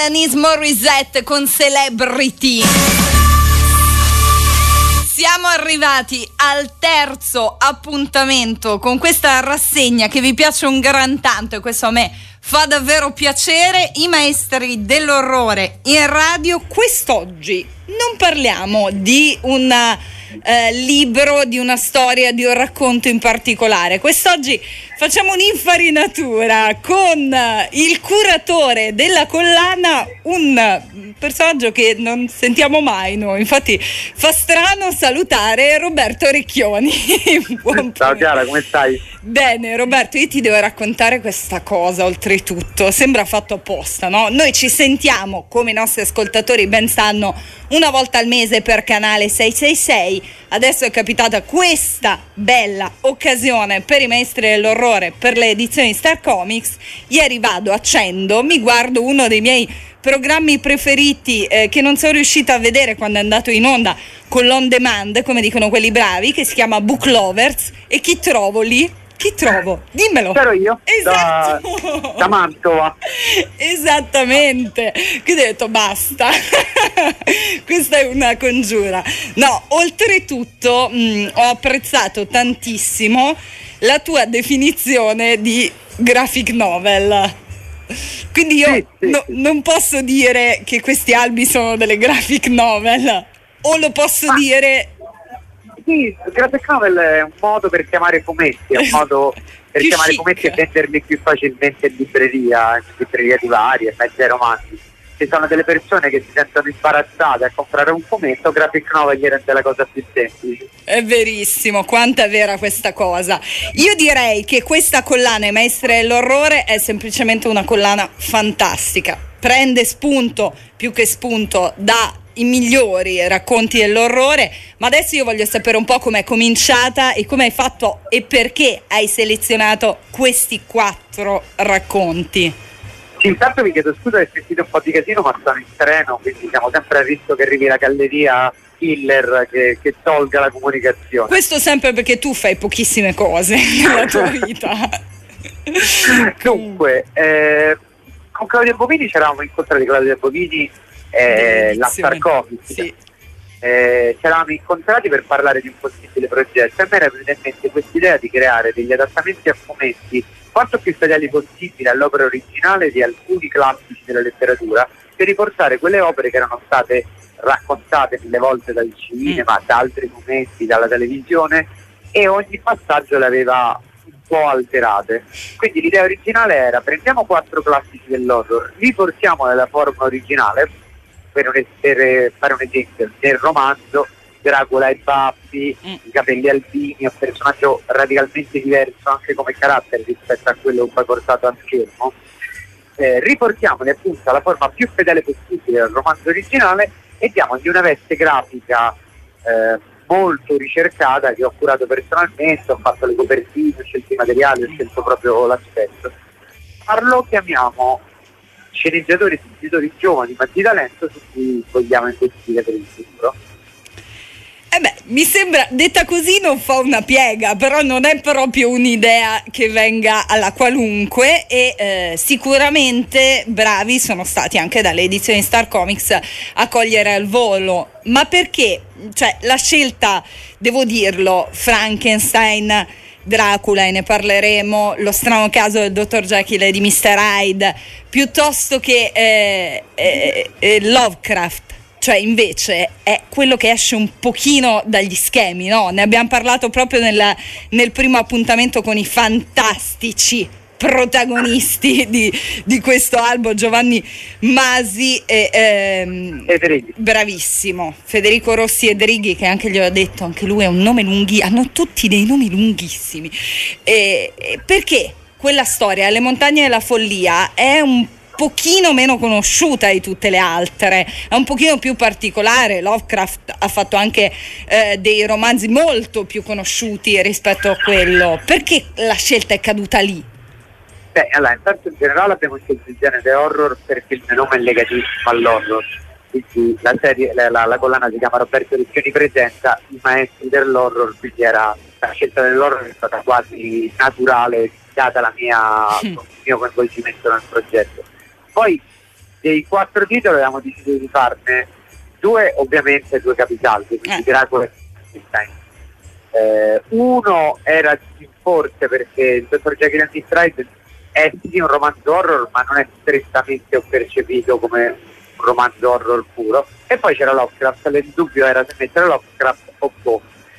Alanis Morissette con Celebrity. Siamo arrivati al terzo appuntamento con questa rassegna che vi piace un gran tanto, e questo a me fa davvero piacere, i maestri dell'orrore in radio. Quest'oggi non parliamo di un libro, di una storia, di un racconto in particolare. Quest'oggi facciamo un'infarinatura con il curatore della collana, un personaggio che non sentiamo mai noi, infatti fa strano salutare Roberto Recchioni. Ciao Chiara, come stai? Bene Roberto, io ti devo raccontare questa cosa, oltretutto sembra fatto apposta, no? Noi ci sentiamo, come i nostri ascoltatori ben sanno, una volta al mese per canale 666. Adesso è capitata questa bella occasione per i maestri dell'orrore, per le edizioni Star Comics. Ieri vado, accendo, mi guardo uno dei miei programmi preferiti che non sono riuscita a vedere quando è andato in onda con l'on demand, come dicono quelli bravi, che si chiama Book Lovers. E chi trovo lì? Chi trovo? Dimmelo. C'ero io, esatto. da Mantova. Esattamente. Quindi ho detto basta. Questa è una congiura. No, oltretutto ho apprezzato tantissimo la tua definizione di graphic novel. Quindi io sì. non posso dire che questi albi sono delle graphic novel, o lo posso dire... Sì, graphic novel è un modo per chiamare fumetti, è un modo per Più chiamare chic. fumetti e venderli più facilmente in libreria di varie, mezzi ai romanzi. Ci sono delle persone che si sentono imbarazzate a comprare un fumetto, graphic novel gli rende la cosa più semplice. È verissimo, quanto è vera questa cosa. Io direi che questa collana, I Maestri dell'Orrore, è semplicemente una collana fantastica. Prende spunto, più che spunto, da i migliori racconti dell'orrore, ma adesso io voglio sapere un po' com'è cominciata e come hai fatto e perché hai selezionato questi 4 racconti. Sì, intanto vi chiedo scusa se sentite un po' di casino, ma sono in treno, quindi siamo sempre a rischio che arrivi la galleria killer che tolga la comunicazione. Questo sempre perché tu fai pochissime cose nella tua vita. Dunque, con Claudia Bovini ci eravamo incontrati, Claudia Bovini la Star Comics. Sì. Ci eravamo incontrati per parlare di un possibile progetto e a me era venuta in mente questa idea di creare degli adattamenti a fumetti quanto più fedeli possibile all'opera originale di alcuni classici della letteratura, per riportare quelle opere che erano state raccontate mille volte dal cinema, da altri fumetti, dalla televisione, e ogni passaggio le aveva un po' alterate. Quindi l'idea originale era: prendiamo 4 classici dell'horror, li portiamo nella forma originale. Per fare un esempio, nel romanzo Dracula e Baffi, i capelli albini, è un personaggio radicalmente diverso anche come carattere rispetto a quello che poi portato a schermo. Riportiamoli appunto alla forma più fedele possibile del romanzo originale e diamogli una veste grafica molto ricercata, che ho curato personalmente, ho fatto le copertine, ho scelto i materiali, ho scelto proprio l'aspetto. Lo chiamiamo sceneggiatori e scrittori giovani ma di talento su cui vogliamo investire per il futuro. Mi sembra, detta così non fa una piega, però non è proprio un'idea che venga alla qualunque, e sicuramente bravi sono stati anche dalle edizioni Star Comics a cogliere al volo. Ma perché? Cioè, la scelta, devo dirlo, Frankenstein, Dracula, e ne parleremo, lo strano caso del dottor Jekyll e di Mr. Hyde, piuttosto che Lovecraft, cioè invece è quello che esce un pochino dagli schemi, no? Ne abbiamo parlato proprio nel primo appuntamento con i fantastici protagonisti di questo albo, Giovanni Masi e Drighi. Bravissimo, Federico Rossi e Drighi, che anche gli ho detto, anche lui è un nome lunghissimo, hanno tutti dei nomi lunghissimi, perché quella storia, Le montagne della follia, è un pochino meno conosciuta di tutte le altre, è un pochino più particolare. Lovecraft ha fatto anche dei romanzi molto più conosciuti rispetto a quello. Perché la scelta è caduta lì? Beh, allora, intanto in generale abbiamo scelto il genere horror perché il mio nome è legatissimo all'horror, quindi la serie, la collana si chiama Roberto Recchioni presenta i maestri dell'horror, quindi era la scelta dell'horror è stata quasi naturale data il mio coinvolgimento nel progetto. Poi dei 4 titoli abbiamo deciso di farne 2, ovviamente 2 capisaldi, quindi Dracula e Frankenstein. Uno era forse perché il dottor Jekyll and Mr. Hyde è sì un romanzo horror, ma non è strettamente percepito come un romanzo horror puro. E poi c'era Lovecraft, il dubbio era se mettere Lovecraft o Poe.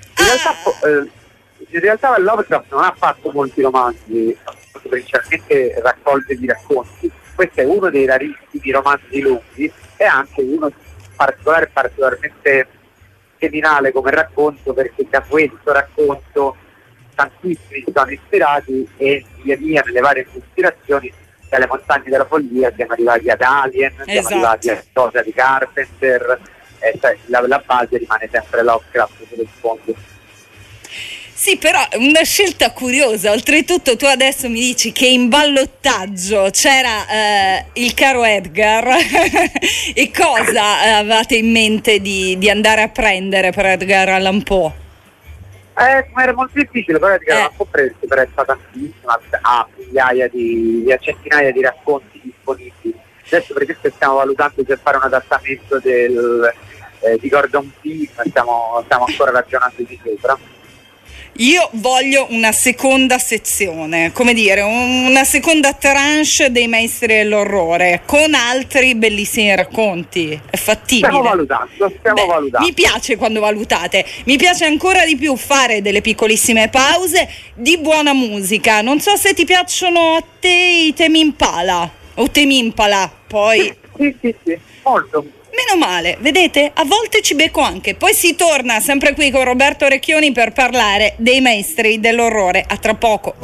In realtà Lovecraft non ha fatto molti romanzi, ha fatto principalmente raccolte di racconti. Questo è uno dei rarissimi romanzi lunghi e anche uno particolarmente seminale come racconto, perché da questo racconto tantissimi sono ispirati e via via nelle varie ispirazioni dalle montagne della follia siamo arrivati ad Alien, siamo arrivati a Cosa di Carpenter, la base rimane sempre Lovecraft sulle sponde. Sì, però una scelta curiosa. Oltretutto tu adesso mi dici che in ballottaggio c'era il caro Edgar e cosa avevate in mente di andare a prendere per Edgar Allan Poe? Era molto difficile, però Edgar Allan Poe presta tantissimo, ha centinaia di racconti disponibili. Adesso per questo stiamo valutando se fare un adattamento di Gordon Pym, stiamo ancora ragionando di sopra. Io voglio una seconda sezione, come dire, una seconda tranche dei maestri dell'orrore con altri bellissimi racconti. È fattibile. Stiamo valutando. Mi piace quando valutate, mi piace ancora di più fare delle piccolissime pause di buona musica. Non so se ti piacciono a te i Tame Impala o Tame Impala, poi. Sì, molto. Meno male, vedete? A volte ci becco anche. Poi si torna sempre qui con Roberto Recchioni per parlare dei maestri dell'orrore. A tra poco.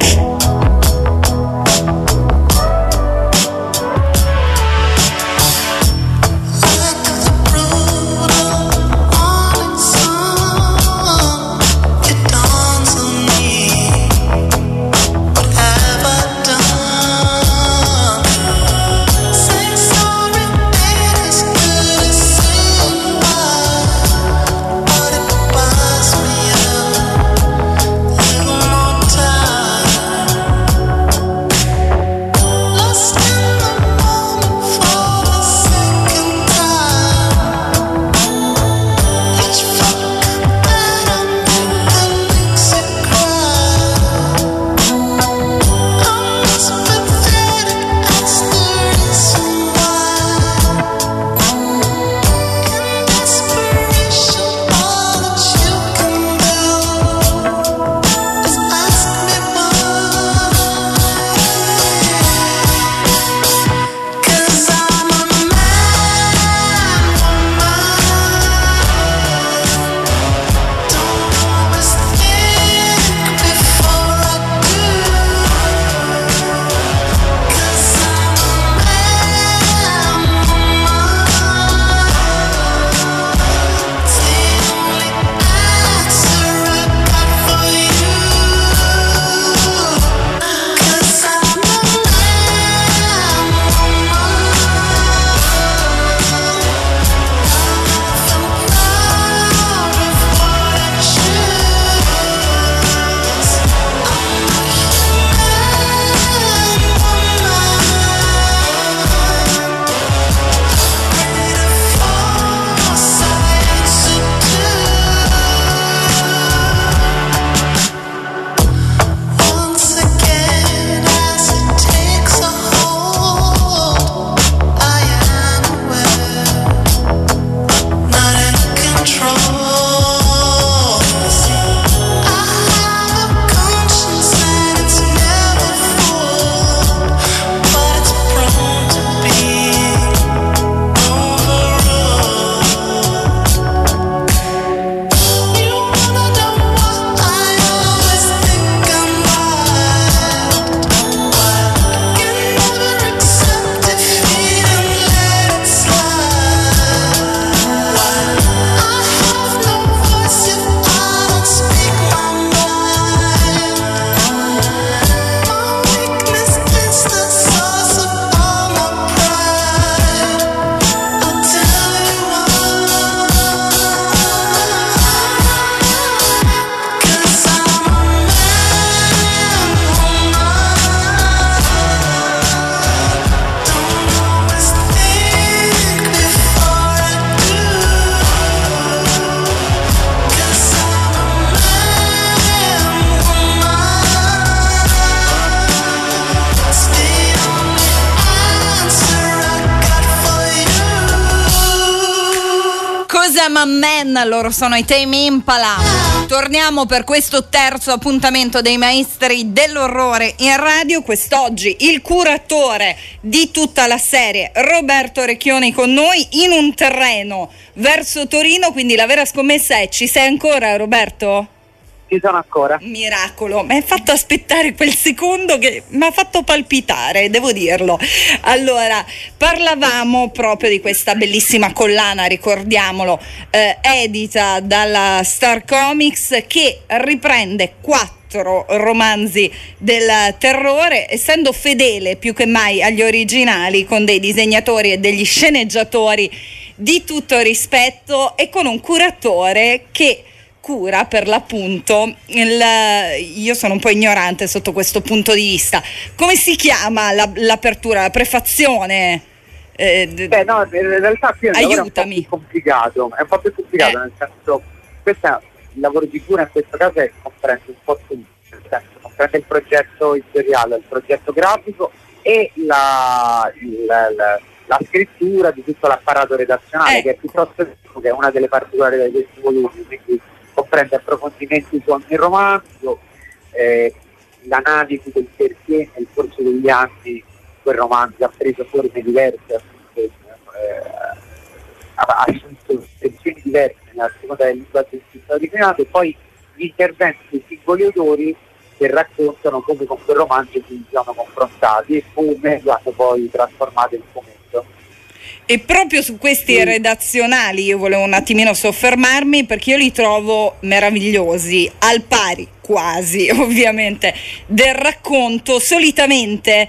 Man, loro sono i Tame Impala. Torniamo per questo terzo appuntamento dei maestri dell'orrore in radio. Quest'oggi il curatore di tutta la serie, Roberto Recchioni, con noi in un treno verso Torino, quindi la vera scommessa è: ci sei ancora, Roberto? Ci sono ancora. Miracolo, mi hai fatto aspettare quel secondo che mi ha fatto palpitare, devo dirlo. Allora, parlavamo proprio di questa bellissima collana, ricordiamolo, edita dalla Star Comics, che riprende 4 romanzi del terrore, essendo fedele più che mai agli originali, con dei disegnatori e degli sceneggiatori di tutto rispetto e con un curatore che cura per l'appunto io sono un po' ignorante sotto questo punto di vista. Come si chiama l'apertura, la prefazione? No, in realtà qui aiutami. È un po' più complicato, nel senso, questo il lavoro di cura in questo caso comprende un po' tutto, nel senso, comprende il progetto editoriale, il progetto grafico e la scrittura di tutto l'apparato redazionale, che è piuttosto, che è una delle particolarità di questi volumi, quindi comprende approfondimenti su ogni romanzo, l'analisi del perché nel corso degli anni quel romanzo ha preso forme diverse, ha assunto tensioni diverse nella seconda del linguaggio che è stato declinato, e poi gli interventi dei singoli autori che raccontano come con quel romanzo si sono confrontati e come lo hanno poi trasformato in fumetto. E proprio su questi redazionali io volevo un attimino soffermarmi, perché io li trovo meravigliosi, al pari quasi ovviamente del racconto. Solitamente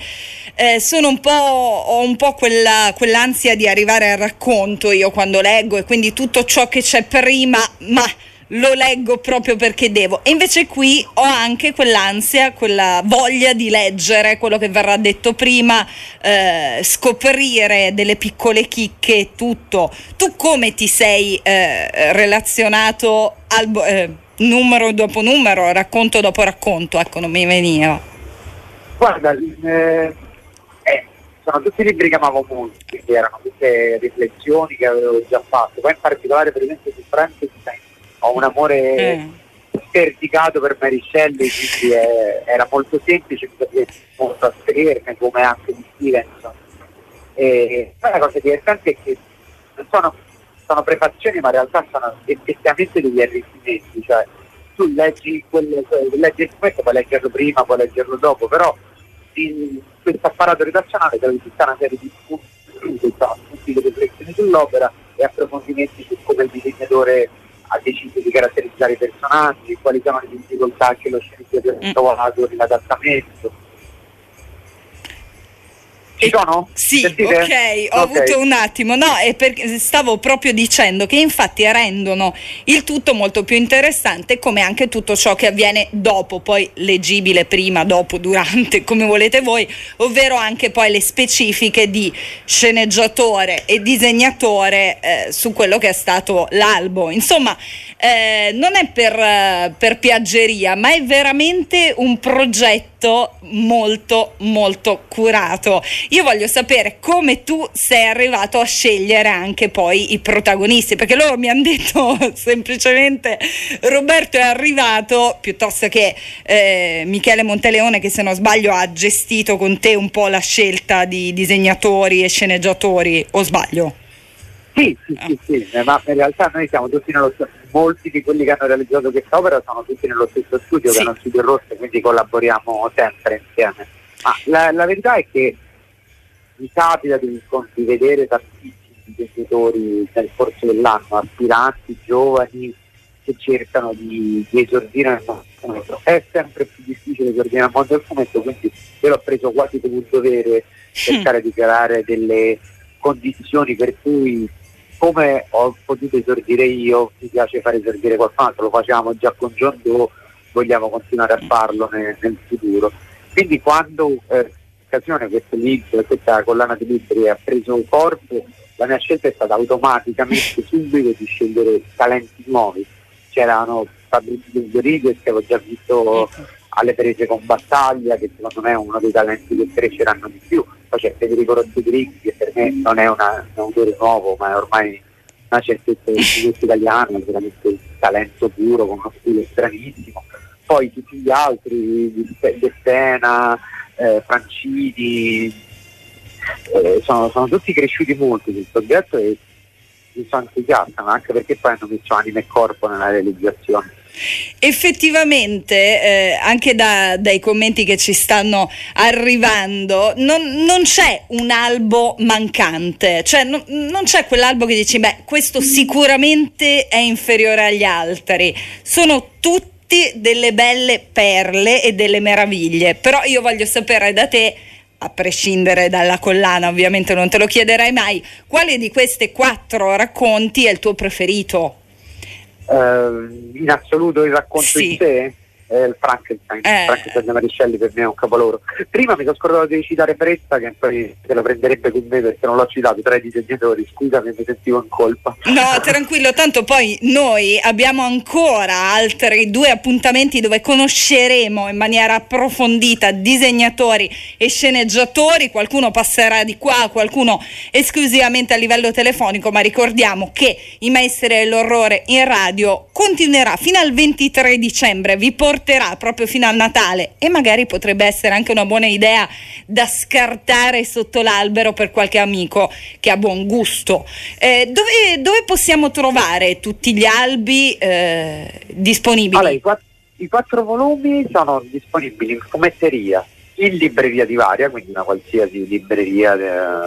ho un po' quell'ansia di arrivare al racconto io quando leggo, e quindi tutto ciò che c'è prima lo leggo proprio perché devo, e invece qui ho anche quell'ansia, quella voglia di leggere quello che verrà detto prima, scoprire delle piccole chicche e tutto. Tu come ti sei relazionato numero dopo numero, racconto dopo racconto? Ecco, non mi veniva. Guarda, sono tutti libri che amavo molto, quindi erano tutte riflessioni che avevo già fatto. Poi in particolare, per esempio, su Frankenstein ho un amore sperticato per Mary Shelley, quindi era molto semplice, mi capire molto a scriverne, come anche di Stevenson. E poi la cosa divertente è che non sono prefazioni, ma in realtà sono effettivamente degli arricchimenti, cioè tu leggi il fumetto, puoi leggerlo prima, puoi leggerlo dopo, però in questo apparato redazionale trovi tutta una serie di spunti di riflessioni sull'opera e approfondimenti su come il disegnatore ha deciso di caratterizzare i personaggi, quali sono le difficoltà che lo sceneggiatore ha trovato nell'adattamento. Ci sono? Sì, Sentite? ok, ho avuto un attimo, no, è perché stavo proprio dicendo che infatti rendono il tutto molto più interessante, come anche tutto ciò che avviene dopo, poi leggibile prima, dopo, durante, come volete voi, ovvero anche poi le specifiche di sceneggiatore e disegnatore su quello che è stato l'albo. Insomma, non è per piaggeria, ma è veramente un progetto molto molto curato. Io voglio sapere come tu sei arrivato a scegliere anche poi i protagonisti, perché loro mi hanno detto semplicemente Roberto è arrivato, piuttosto che Michele Monteleone, che se non sbaglio ha gestito con te un po' la scelta di disegnatori e sceneggiatori, o sbaglio? Sì, ma in realtà noi siamo tutti nello stesso, molti di quelli che hanno realizzato questa opera sono tutti nello stesso studio, che è uno studio rosso, quindi collaboriamo sempre insieme. Ma la verità è che mi capita di vedere tantissimi disegnatori nel corso dell'anno, aspiranti, giovani, che cercano di esordire nel mondo del fumetto. È sempre più difficile esordire nel mondo del fumetto, quindi io l'ho preso quasi come un dovere cercare di creare delle condizioni per cui, come ho potuto esordire io, mi piace fare esordire qualcun altro. Lo facevamo già con John Doe, vogliamo continuare a farlo nel futuro. Quindi quando questo libro, questa collana di libri ha preso un corpo, la mia scelta è stata automaticamente subito di scegliere talenti nuovi. C'erano Fabrizio Rodriguez, che avevo già visto alle prese con Battaglia, che secondo me è uno dei talenti che cresceranno di più. Poi c'è Federico Rodriguez, che per me non è un autore nuovo, ma è ormai una certezza del cinese italiano, veramente talento puro, con uno stile stranissimo. Poi tutti gli altri, De Stena, Francini, sono tutti cresciuti molto sul progetto e mi sono entusiasta, ma anche perché poi hanno messo anima e corpo nella realizzazione. Effettivamente anche dai commenti che ci stanno arrivando non c'è un albo mancante, cioè non c'è quell'albo che dici beh questo sicuramente è inferiore agli altri, sono tutti delle belle perle e delle meraviglie. Però io voglio sapere da te, a prescindere dalla collana, ovviamente non te lo chiederai mai, quale di queste 4 racconti è il tuo preferito? In assoluto il racconto in sé è il Frankenstein di Mariscelli, per me è un capolavoro. Prima mi sono scordato di citare Fretta, che poi se lo prenderebbe con me perché non l'ho citato tra i disegnatori, scusami, mi sentivo in colpa. No, tranquillo, tanto poi noi abbiamo ancora altri 2 appuntamenti dove conosceremo in maniera approfondita disegnatori e sceneggiatori, qualcuno passerà di qua, qualcuno esclusivamente a livello telefonico, ma ricordiamo che I Maestri dell'Orrore in radio continuerà fino al 23 dicembre, vi porterà proprio fino a Natale e magari potrebbe essere anche una buona idea da scartare sotto l'albero per qualche amico che ha buon gusto. Dove possiamo trovare tutti gli albi disponibili? Allora, i 4 volumi sono disponibili in fumetteria, in libreria di Varia, quindi una qualsiasi libreria,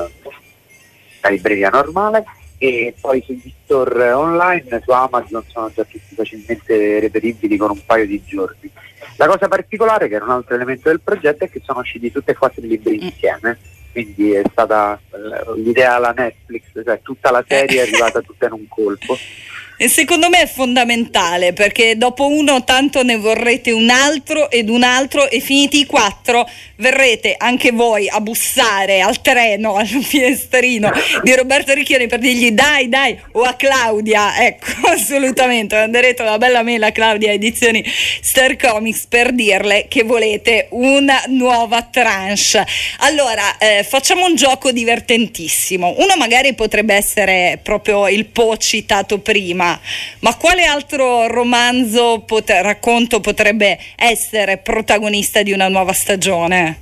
una libreria normale, e poi sugli store online, su Amazon, sono già tutti facilmente reperibili con un paio di giorni. La cosa particolare, che era un altro elemento del progetto, è che sono usciti tutti e 4 i libri insieme, quindi è stata l'idea alla Netflix, cioè tutta la serie è arrivata tutta in un colpo. E secondo me è fondamentale, perché dopo uno tanto ne vorrete un altro ed un altro, e finiti i 4 verrete anche voi a bussare al treno, al finestrino di Roberto Ricchioni per dirgli dai, o a Claudia, ecco, assolutamente, manderete una bella mail a Claudia Edizioni Star Comics per dirle che volete una nuova tranche. Allora, facciamo un gioco divertentissimo. Uno magari potrebbe essere proprio il Po citato prima, ma quale altro romanzo racconto potrebbe essere protagonista di una nuova stagione?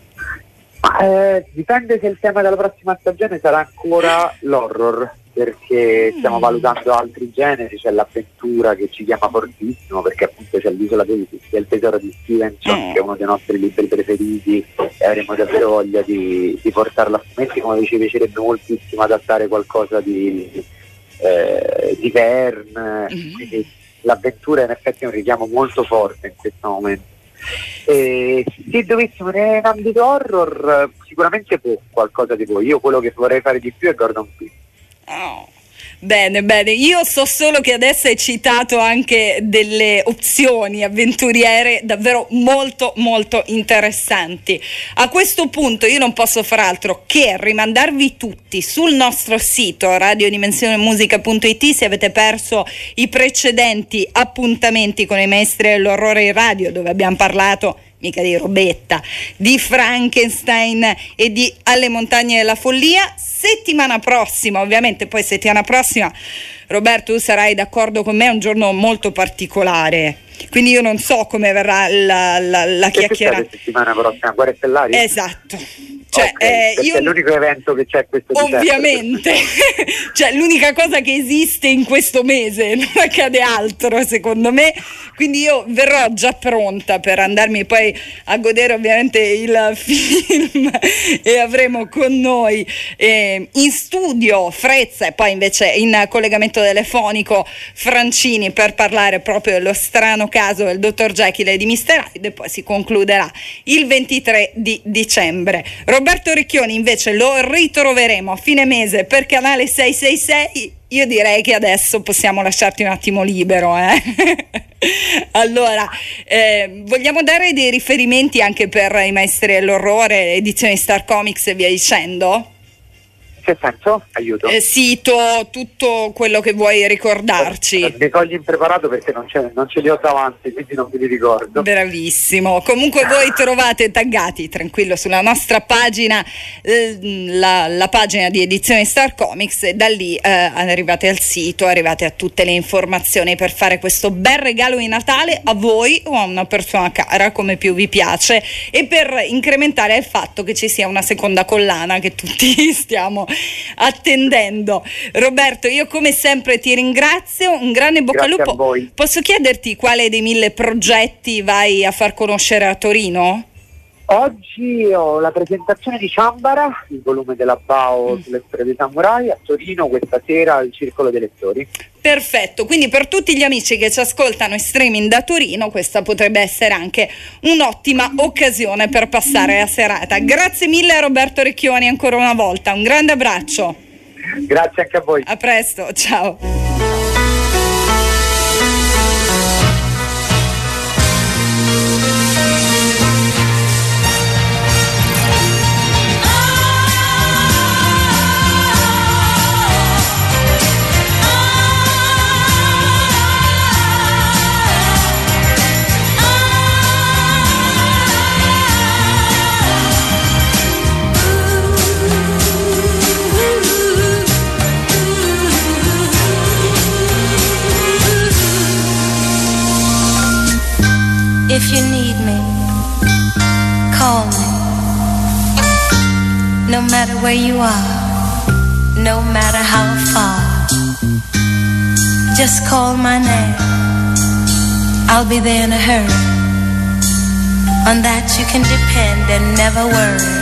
Dipende se il tema della prossima stagione sarà ancora l'horror, perché stiamo valutando altri generi. C'è l'avventura che ci chiama fortissimo, perché appunto c'è l'Isola del Tesoro di Stevenson, che è uno dei nostri libri preferiti, e avremo davvero voglia di portarlo a fumetti. Come ci piacerebbe moltissimo adattare qualcosa di Verne, quindi l'avventura in effetti è un richiamo molto forte in questo momento. Se dovessimo andare in ambito horror, sicuramente qualcosa di voi. Io quello che vorrei fare di più è Gordon Pym. Bene, io so solo che adesso hai citato anche delle opzioni avventuriere davvero molto molto interessanti. A questo punto io non posso far altro che rimandarvi tutti sul nostro sito radiodimensionemusica.it se avete perso i precedenti appuntamenti con I Maestri dell'Orrore in radio, dove abbiamo parlato mica di robetta, di Frankenstein e di Alle montagne della follia. Settimana prossima, ovviamente, poi settimana prossima, Roberto, tu sarai d'accordo con me, è un giorno molto particolare, quindi io non so come verrà la chiacchierata. Settimana prossima, Guerre Stellari? Esatto. Cioè, è l'unico evento che c'è questo ovviamente cioè l'unica cosa che esiste in questo mese, non accade altro secondo me, quindi io verrò già pronta per andarmi poi a godere ovviamente il film e avremo con noi in studio Frezza e poi invece in collegamento telefonico Francini per parlare proprio dello strano caso del dottor Jekyll e di Mr. Hyde, e poi si concluderà il 23 di dicembre. Roberto Ricchioni invece lo ritroveremo a fine mese per Canale 666. Io direi che adesso possiamo lasciarti un attimo libero. Allora, vogliamo dare dei riferimenti anche per I Maestri dell'Orrore, edizioni Star Comics e via dicendo? Che senso? Aiuto. Sito, tutto quello che vuoi ricordarci. Mi cogli impreparato perché non ce li ho davanti, quindi non me li ricordo. Bravissimo. Comunque voi trovate taggati, tranquillo, sulla nostra pagina, la pagina di Edizioni Star Comics, e da lì arrivate al sito, arrivate a tutte le informazioni per fare questo bel regalo di Natale a voi o a una persona cara, come più vi piace, e per incrementare il fatto che ci sia una seconda collana che tutti stiamo attendendo. Roberto, io come sempre ti ringrazio, un grande bocca al lupo. A voi. Posso chiederti quale dei 1000 progetti vai a far conoscere a Torino? Oggi ho la presentazione di Ciambara, il volume della Bao sulle storie dei samurai, a Torino, questa sera al Circolo dei Lettori. Perfetto, quindi per tutti gli amici che ci ascoltano in streaming da Torino, questa potrebbe essere anche un'ottima occasione per passare la serata. Grazie mille a Roberto Recchioni ancora una volta, un grande abbraccio. Grazie anche a voi. A presto, ciao. If you need me, call me. No matter where you are, no matter how far, just call my name. I'll be there in a hurry. On that you can depend and never worry.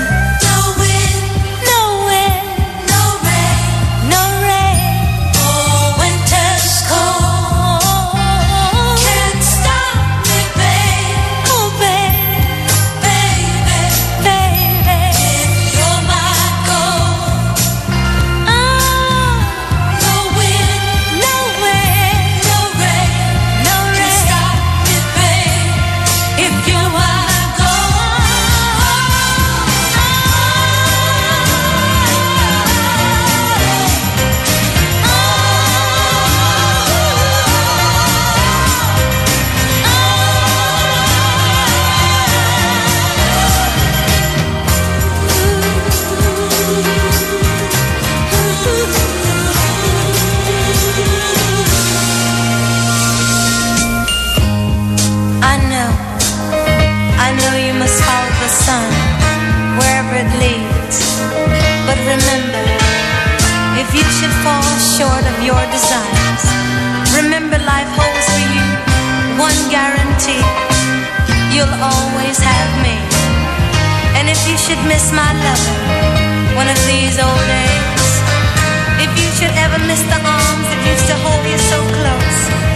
Short of your desires, remember life holds for you one guarantee: you'll always have me. And if you should miss my loving one of these old days, if you should ever miss the arms that used to hold you so close,